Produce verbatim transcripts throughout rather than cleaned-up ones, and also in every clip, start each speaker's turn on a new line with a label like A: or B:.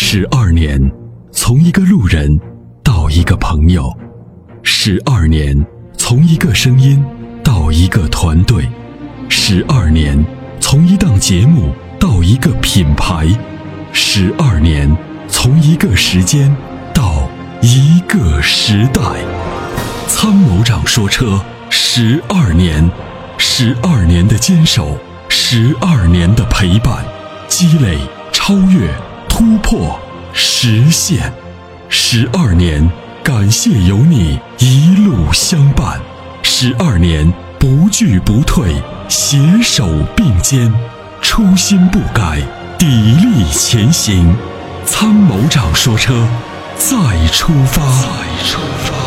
A: 十二年，从一个路人到一个朋友；十二年，从一个声音到一个团队；十二年，从一档节目到一个品牌；十二年，从一个时间到一个时代。参谋长说车，十二年，十二年的坚守，十二年的陪伴，积累、超越、突破、实现。十二年，感谢有你一路相伴。十二年，不惧不退，携手并肩，初心不改，砥砺前行。参谋长说车，再出发。再出发。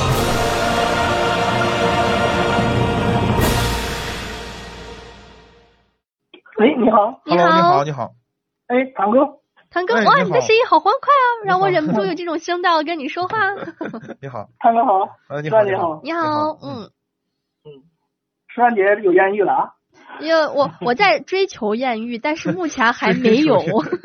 B: 喂，你好。
C: 你好，你好，你好。
B: 哎，堂哥。
C: 堂哥，哇，你的声音好欢快啊，让我忍不住有这种声调跟你说话。
D: 你好，
B: 堂哥好。
D: 呃，你好，
B: 你好，
C: 你好，嗯
B: 嗯，圣诞节有艳遇了啊？
C: 因为我我在追求艳遇，但是目前还没有。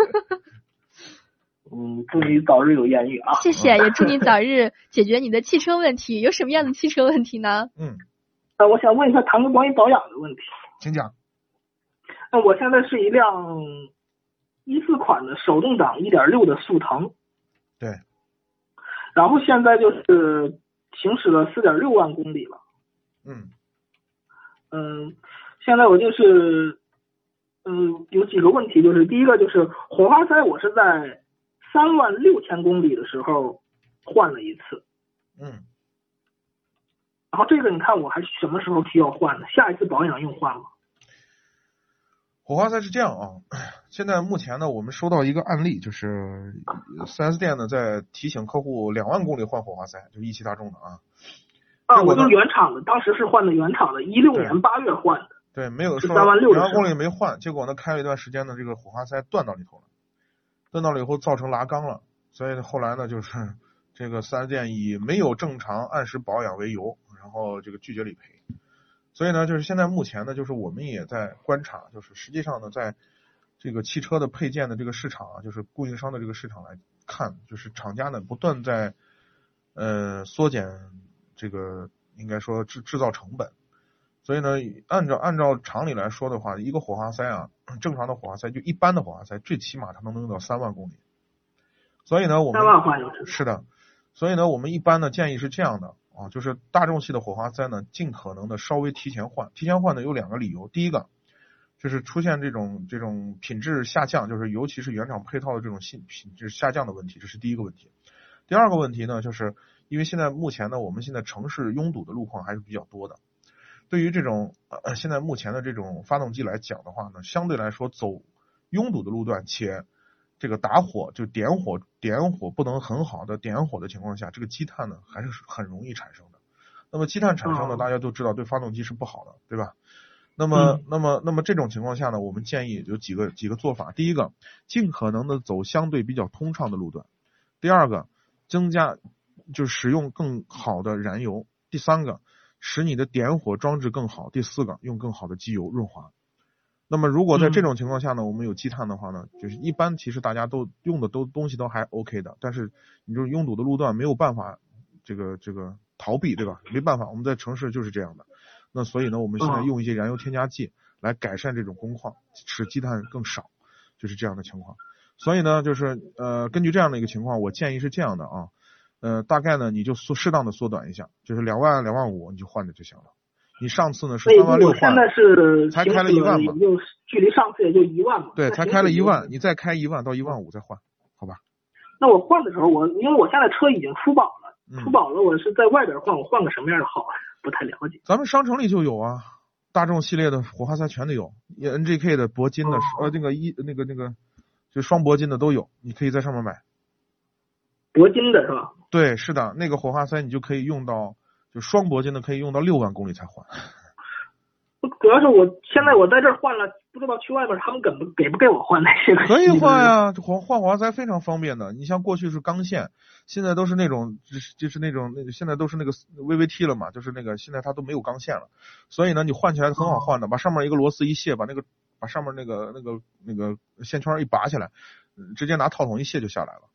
B: 嗯，祝你早日有艳遇啊！
C: 谢谢，也祝你早日解决你的汽车问题。有什么样的汽车问题呢？
D: 嗯，
B: 呃，我想问一下堂哥关于保养的问题。
D: 请讲。
B: 那我现在是一辆一四款的手动挡一点六的速腾。
D: 对。
B: 然后现在就是行驶了四点六万公里了。
D: 嗯。
B: 嗯，现在我就是嗯有几个问题，就是第一个就是火花塞，我是在三万六千公里的时候换了一次。
D: 嗯。
B: 然后这个你看我还什么时候需要换呢？下一次保养用换吗？
D: 火花塞是这样啊，现在目前呢，我们收到一个案例，就是 四 S 店呢在提醒客户两万公里换火花塞，就是一汽大众的啊。
B: 啊，我就是原厂的，当时是换的原厂的，一六年八月换的。
D: 对，没有说
B: 三万六
D: 两万公里没换，结果呢开了一段时间呢，这个火花塞断到里头了，断到了以后造成拉缸了，所以后来呢就是这个四 S 店以没有正常按时保养为由，然后这个拒绝理赔。所以呢，就是现在目前呢，就是我们也在观察，就是实际上呢，在这个汽车的配件的这个市场啊，就是供应商的这个市场来看，就是厂家呢不断在呃缩减这个应该说制制造成本。所以呢，按照按照常理来说的话，一个火花塞啊，正常的火花塞就一般的火花塞，最起码它能用到三万公里。所以呢，我们
B: 三万换油
D: 是的，所以呢，我们一般呢建议是这样的。啊，就是大众系的火花塞呢，尽可能的稍微提前换。提前换呢有两个理由，第一个就是出现这种这种品质下降，就是尤其是原厂配套的这种新品质下降的问题，这是第一个问题。第二个问题呢，就是因为现在目前呢，我们现在城市拥堵的路况还是比较多的。对于这种呃现在目前的这种发动机来讲的话呢，相对来说走拥堵的路段，且这个打火就点火点火不能很好的点火的情况下，这个积碳呢还是很容易产生的。那么积碳产生呢，大家都知道对发动机是不好的，对吧？那么、嗯、那么那么这种情况下呢，我们建议有几个几个做法。第一个，尽可能的走相对比较通畅的路段。第二个，增加就是使用更好的燃油。第三个，使你的点火装置更好。第四个，用更好的机油润滑。那么如果在这种情况下呢，我们有积碳的话呢，就是一般其实大家都用的都东西都还 OK 的，但是你就是拥堵的路段没有办法这个这个逃避，对吧？没办法，我们在城市就是这样的。那所以呢，我们现在用一些燃油添加剂来改善这种工况，使积碳更少，就是这样的情况。所以呢，就是呃根据这样的一个情况，我建议是这样的啊，呃大概呢你就缩适当的缩短一下，就是两万两万五你就换着就行了。你上次呢是三万六换，
B: 现在是
D: 才开了一万嘛，
B: 就距离上次也就一万嘛。
D: 对，才开了一万，你再开一万到一万五再换，好吧？
B: 那我换的时候，我因为我现在车已经出保了，嗯、出保了，我是在外边换，我换个什么样的好？不太了解。
D: 咱们商城里就有啊，大众系列的火花塞全都有 ，N G K 的铂金的，哦、呃那个一那个那个就双铂金的都有，你可以在上面买。
B: 铂金的是吧？
D: 对，是的，那个火花塞你就可以用到，就双铂金的可以用到六万公里才换。
B: 主要是我现在我在这儿换了，不知道去外面他们给不给不给我换那些。
D: 可以换呀，换换火花塞非常方便的。你像过去是钢线，现在都是那种就是就是那种那个现在都是那个 V V T 了嘛，就是那个现在它都没有钢线了，所以呢你换起来很好换的，把上面一个螺丝一卸，把那个把上面那个那个那个线圈一拔下来，直接拿套筒一卸就下来了。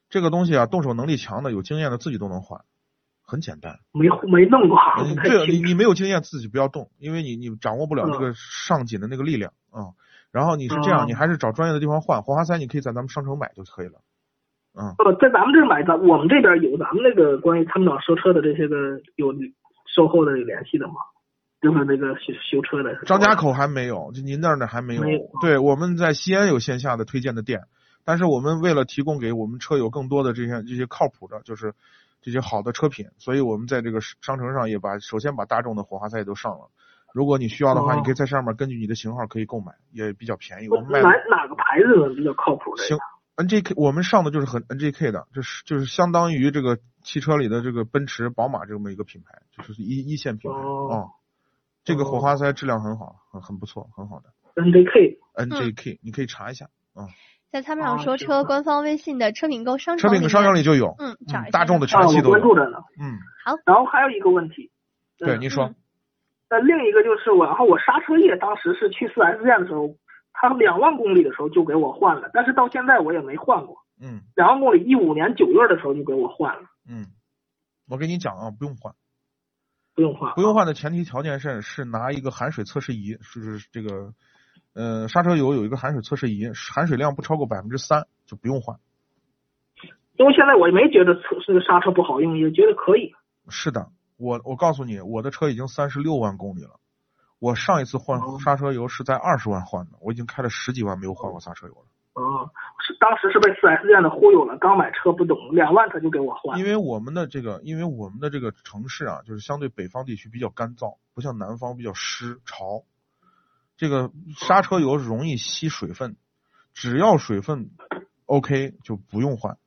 D: 这个东西啊，动手能力强的、有经验的自己都能换，很简单。
B: 没没弄过，
D: 嗯、对，你你没有经验自己不要动，因为你你掌握不了这个上紧的那个力量啊、嗯。然后你是这样、嗯，你还是找专业的地方换。火花塞你可以在咱们商城买就可以了。嗯。
B: 呃，在咱们这儿买的，我们这边有咱们那个关于参谋长收车的这些个有售后的联系的吗？就是那个修修车的。
D: 张家口还没有，就您那儿呢还没有。
B: 没有。
D: 对，我们在西安有线下的推荐的店，但是我们为了提供给我们车友更多的这些这些靠谱的，就是这些好的车品，所以我们在这个商城上也把首先把大众的火花塞都上了。如果你需要的话，哦、你可以在上面根据你的型号可以购买，也比较便宜。我们卖
B: 哪哪个牌子的比较靠谱的？
D: 行 ，N J K 我们上的就是很 N J K 的，就是就是相当于这个汽车里的这个奔驰、宝马这么一个品牌，就是一一线品牌
B: 哦。
D: 哦这个火花塞质量很好，很很不错，很好的。
B: N J K，N
D: J K，、嗯、你可以查一下啊。
C: 在参谋长说车官方微信的车品购商
D: 车品商城里就有，
C: 嗯，找一下
D: 大众的全系都有。
B: 啊、我关注着呢。
D: 嗯，
C: 好。
B: 然后还有一个问题，
D: 对，您说。
B: 呃，另一个就是我，然后我刹车液当时是去四 S 店的时候，他两万公里的时候就给我换了，但是到现在我也没换过。
D: 嗯。
B: 两万公里，一五年九月的时候就给我换了。
D: 嗯，我跟你讲啊，不用换。
B: 不用换，
D: 不用换的前提条件是是拿一个含水测试仪，是这个，呃，刹车油有一个含水测试仪，含水量不超过百分之三就不用换。
B: 因为现在我也没觉得这个刹车不好用，也觉得可以。
D: 是的，我我告诉你，我的车已经三十六万公里了，我上一次换刹车油是在二十万换的，我已经开了十几万没有换过刹车油了。
B: 哦，是当时是被四 S 店的忽悠了，刚买车不懂，两万他就给我换。
D: 因为我们的这个，因为我们的这个城市啊，就是相对北方地区比较干燥，不像南方比较湿潮。这个刹车油容易吸水分，只要水分 OK 就不用换。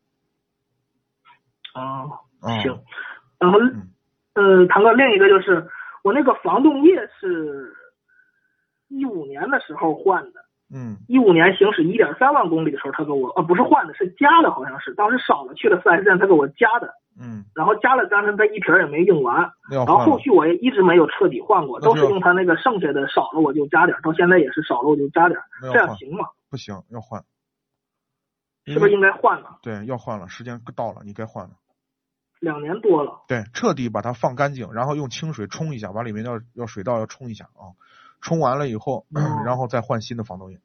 B: 哦，
D: 哦
B: 行。然后，嗯，呃，谈哥，另一个就是我那个防冻液是一五年的时候换的。
D: 嗯，
B: 一五年行驶一点三万公里的时候，他给我呃不是换的，是加的，好像是当时少了，去了四 S 店，他给我加的。
D: 嗯，
B: 然后加了，当时他一瓶也没用完，然后后续我也一直没有彻底换过，都是用他那个剩下的少了我就加点，到现在也是少了我就加点，这样行吗？
D: 不行，要换。
B: 是不是应该换了？
D: 对，要换了，时间到了，你该换了。
B: 两年多了。
D: 对，彻底把它放干净，然后用清水冲一下，把里面要要水道要冲一下啊。冲完了以后、嗯，然后再换新的防冻液。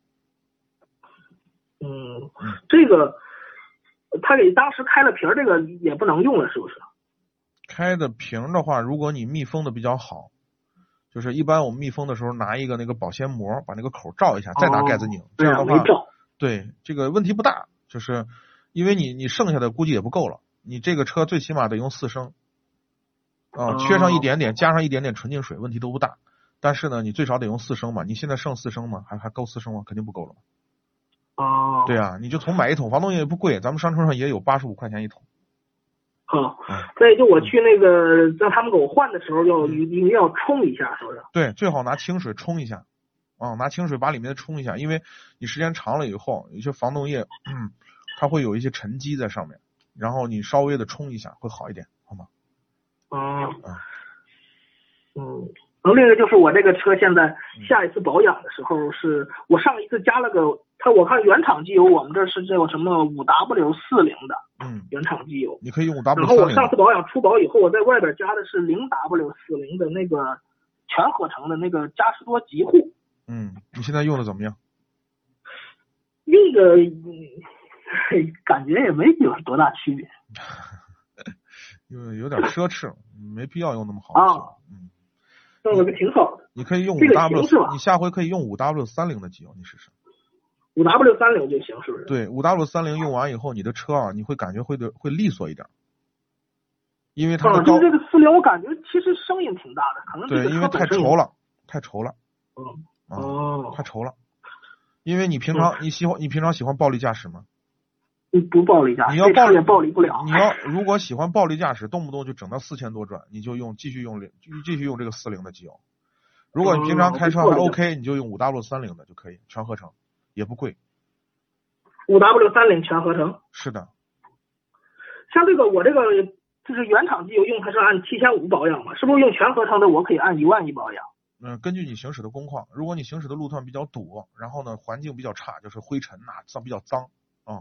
B: 嗯，这个他给当时开了瓶，这个也不能用了，是不是？
D: 开的瓶的话，如果你密封的比较好，就是一般我们密封的时候拿一个那个保鲜膜把那个口罩一下，再拿盖子拧，
B: 哦、
D: 这样的话，
B: 对，
D: 对这个问题不大，就是因为你你剩下的估计也不够了，你这个车最起码得用四升，啊、呃，缺上一点点，加上一点点纯净水，问题都不大。但是呢，你最少得用四升嘛，你现在剩四升嘛，还还够四升吗？肯定不够了。
B: 哦。
D: 对啊，你就从买一桶防冻液也不贵，咱们商城上也有八十五块钱一桶。
B: 好，所以就我去那个让他们给我换的时候要，要、嗯、一定要冲一下，是不是？
D: 对，最好拿清水冲一下，啊、嗯，拿清水把里面的冲一下，因为你时间长了以后，有些防冻液，嗯，它会有一些沉积在上面，然后你稍微的冲一下会好一点，好吗？
B: 哦。嗯。嗯。然后另一个就是我这个车现在下一次保养的时候是，是我上一次加了个，它我看原厂机油我们这是这个什么五 W 四零的，
D: 嗯，
B: 原厂机油，
D: 你可以用五 W
B: 然后我上次保养出保以后，我在外边加的是零 W 四零的那个全合成的那个嘉实多极护。
D: 嗯，你现在用的怎么样？
B: 用的感觉也没有多大区别，
D: 有有点奢侈，没必要用那么好的机油，嗯。
B: 那我觉得挺好的。
D: 你可以用五 W，、这个、你下回可以用五 W 三零的机油，你试试。
B: 五 W 三零就行，是不是？
D: 对，五 W 三零用完以后，你的车啊，你会感觉会的会利索一点，因为它的高。
B: 嗯，就这个四零，我感觉其实声音挺大的，可能这个
D: 对，因为太稠了，太稠了。
B: 嗯。
D: 哦。太稠了，因为你平常、嗯、你喜欢你平常喜欢暴力驾驶吗？
B: 不暴力驾驶，
D: 你要暴力
B: 也暴力不了。
D: 你要如果喜欢暴力驾驶，动不动就整到四千多转，你就用继续用继续用这个四零的机油。如果你平常开车还 OK，、嗯、你就用五 W 三零的就可以，全合成，也不贵。
B: 五 W 三零全合成。
D: 是的。
B: 像这个我这个就是原厂机油用它是按七千五保养嘛，是不是用全合成的我可以按一万一保养？
D: 嗯，根据你行驶的工况，如果你行驶的路段比较堵，然后呢环境比较差，就是灰尘呐、啊、脏比较脏啊、嗯，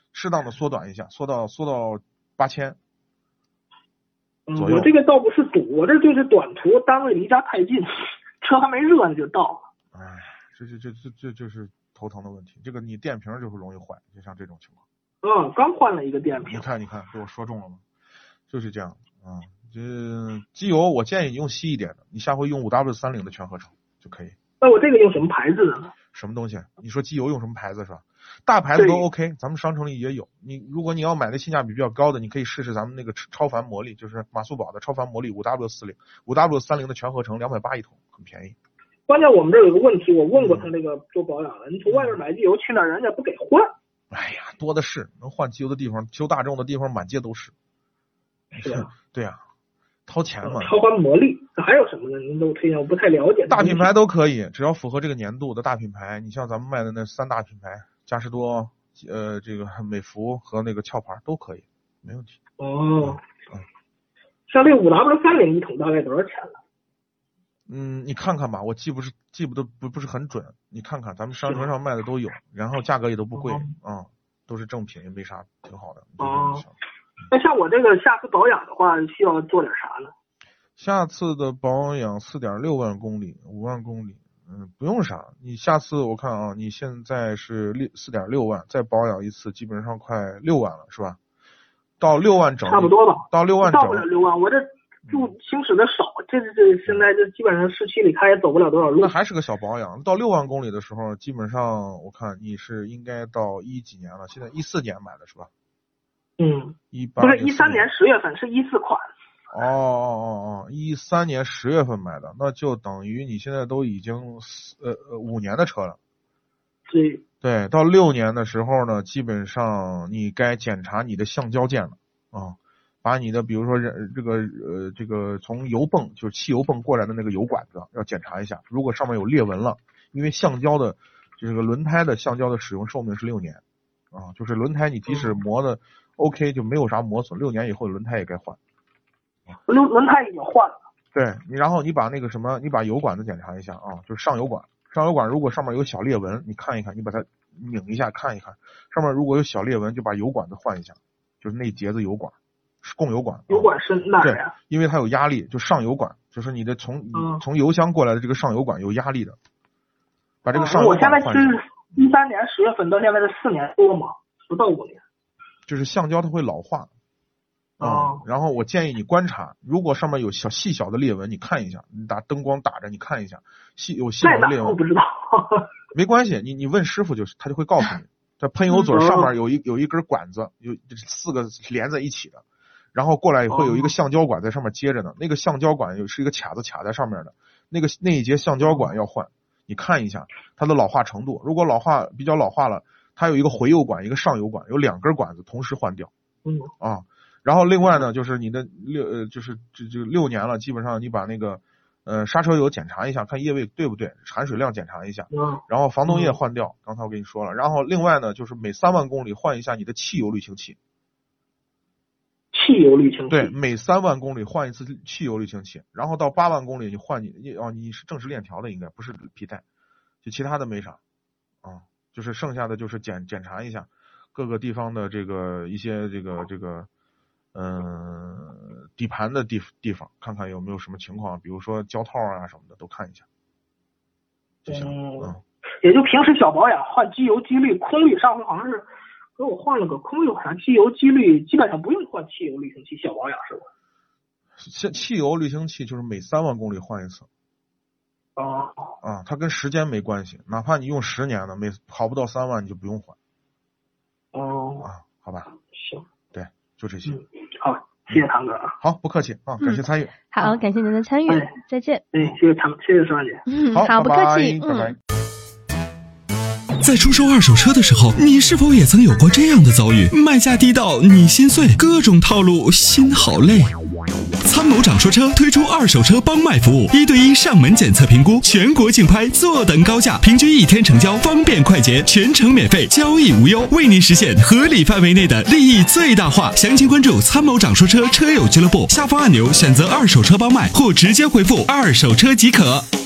D: 适当的缩短一下，缩到缩到八千。
B: 嗯，我这个倒不是堵，我这就是短途，单位离家太近，车还没热呢就到了。
D: 哎，这这这这这就是头疼的问题。这个你电瓶就是容易坏，就像这种情况。
B: 嗯，刚换了一个电瓶。
D: 你看，你看，被我说中了吗？就是这样啊。这机油我建议你用稀一点的，你下回用 五 W 三零的全合成就可以。
B: 那我这个用什么牌子的呢？
D: 什么东西？你说机油用什么牌子是吧？大牌子都 OK， 咱们商城里也有。你如果你要买的性价比比较高的，你可以试试咱们那个超凡魔力，就是马速宝的超凡魔力 五 W 四零、五 W 三零的全合成，两百八一桶，很便宜。
B: 关键我们这有个问题，我问过他那个做保养的，你从外面买机油去那人家不给换。
D: 哎呀，多的是，能换机油的地方，修大众的地方满街都是。
B: 是啊，
D: 对呀、啊，掏钱嘛。
B: 超凡魔力，还有什么呢？您都推荐，我不太了解。
D: 大品牌都可以，只要符合这个年度的大品牌。你像咱们卖的那三大品牌，嘉实多、呃，这个美孚和那个壳牌都可以，没问题。
B: 哦，
D: 嗯，
B: 像这五 W 三零一桶大概多少钱呢？
D: 嗯，你看看吧，我记不是记不得不不是很准，你看看咱们商城上卖的都有，然后价格也都不贵啊、哦嗯，都是正品，也没啥，挺好的。
B: 哦，那像我这个下次保养的话，需要做点啥呢？
D: 下次的保养 四点六万公里，五万公里，嗯，不用啥。你下次我看啊，你现在是六 四点六万，再保养一次，基本上快六万了，是吧？到六万整，
B: 差不多吧。
D: 到六万整，
B: 到不了六万，我这。就行驶的少，这这现在这基本上市区里开也走不了多少路。
D: 那还是个小保养，到六万公里的时候，基本上我看你是应该到一几年了，现在一四年买的是吧？
B: 嗯，
D: 一八
B: 不是一三年十月份，是一四款。
D: 哦哦哦哦，一三年十月份买的，那就等于你现在都已经呃呃五年的车了。
B: 对。
D: 对，到六年的时候呢，基本上你该检查你的橡胶件了啊。把你的比如说这个呃这个从油泵就是汽油泵过来的那个油管子要检查一下，如果上面有裂纹了，因为橡胶的这个轮胎的橡胶的使用寿命是六年啊，就是轮胎你即使磨的 OK 就没有啥磨损，六年以后轮胎也该换。
B: 轮轮胎已经换了。
D: 对，你然后你把那个什么，你把油管子检查一下啊，就是上油管，上油管如果上面有小裂纹，你看一看，你把它拧一下看一看，上面如果有小裂纹，就把油管子换一下，就是那节子油管。供油管，
B: 油管是哪儿呀？
D: 因为它有压力，就上油管，就是你的从、
B: 嗯、
D: 从油箱过来的这个上油管有压力的，把这个上油
B: 管换一下。我现在是一三年十月份到现在是四年多嘛，不到五年。
D: 就是橡胶它会老化，
B: 啊、
D: 嗯，然后我建议你观察，如果上面有小细小的裂纹，你看一下，你打灯光打着你看一下，细有细小的裂纹，
B: 我不知道，
D: 没关系，你你问师傅就是，他就会告诉你，在喷油嘴上面有一有一根管子，有四个连在一起的。然后过来会有一个橡胶管在上面接着呢，那个橡胶管有是一个卡子卡在上面的，那个那一节橡胶管要换，你看一下它的老化程度，如果老化比较老化了，它有一个回油管，一个上油管，有两根管子同时换掉。
B: 嗯
D: 啊，然后另外呢，就是你的六呃就是这这六年了，基本上你把那个呃刹车油检查一下，看液位对不对，含水量检查一下，
B: 嗯，
D: 然后防冻液换掉，刚才我跟你说了，然后另外呢就是每三万公里换一下你的汽油滤清器。
B: 汽油滤清器。
D: 对，每三万公里换一次汽油滤清器，然后到八万公里你换你哦，你是正时链条的，应该不是皮带，就其他的没啥啊，就是剩下的就是检检查一下各个地方的这个一些这个这个嗯、呃、底盘的地地方，看看有没有什么情况，比如说胶套啊什么的都看一下就行。嗯，嗯
B: 也就平时小保养换机油机滤空滤，上回好像是。给我换了个空油，好像机油机滤基本上不用换汽油滤清器，小保养是吧？
D: 汽汽油滤清器就是每三万公里换一次。
B: 哦。
D: 啊，它跟时间没关系，哪怕你用十年的，每跑不到三万你就不用换。
B: 哦。
D: 啊，好吧。
B: 行。
D: 对，就这些。
B: 嗯、好，谢谢唐哥啊。
D: 好，不客气啊，感谢参与。
C: 嗯、好，感谢您的参与，
B: 哎、
C: 再见。
B: 哎，谢谢唐，谢谢双姐。
C: 嗯，
D: 好，
C: 好，不客气，
D: 拜拜。
C: 嗯。
A: 在出售二手车的时候，你是否也曾有过这样的遭遇？卖价低到你心碎，各种套路，心好累。参谋长说车推出二手车帮卖服务，一对一上门检测评估，全国竞拍，坐等高价，平均一天成交，方便快捷，全程免费，交易无忧，为您实现合理范围内的利益最大化。详情关注参谋长说车车友俱乐部，下方按钮选择二手车帮卖，或直接回复二手车即可。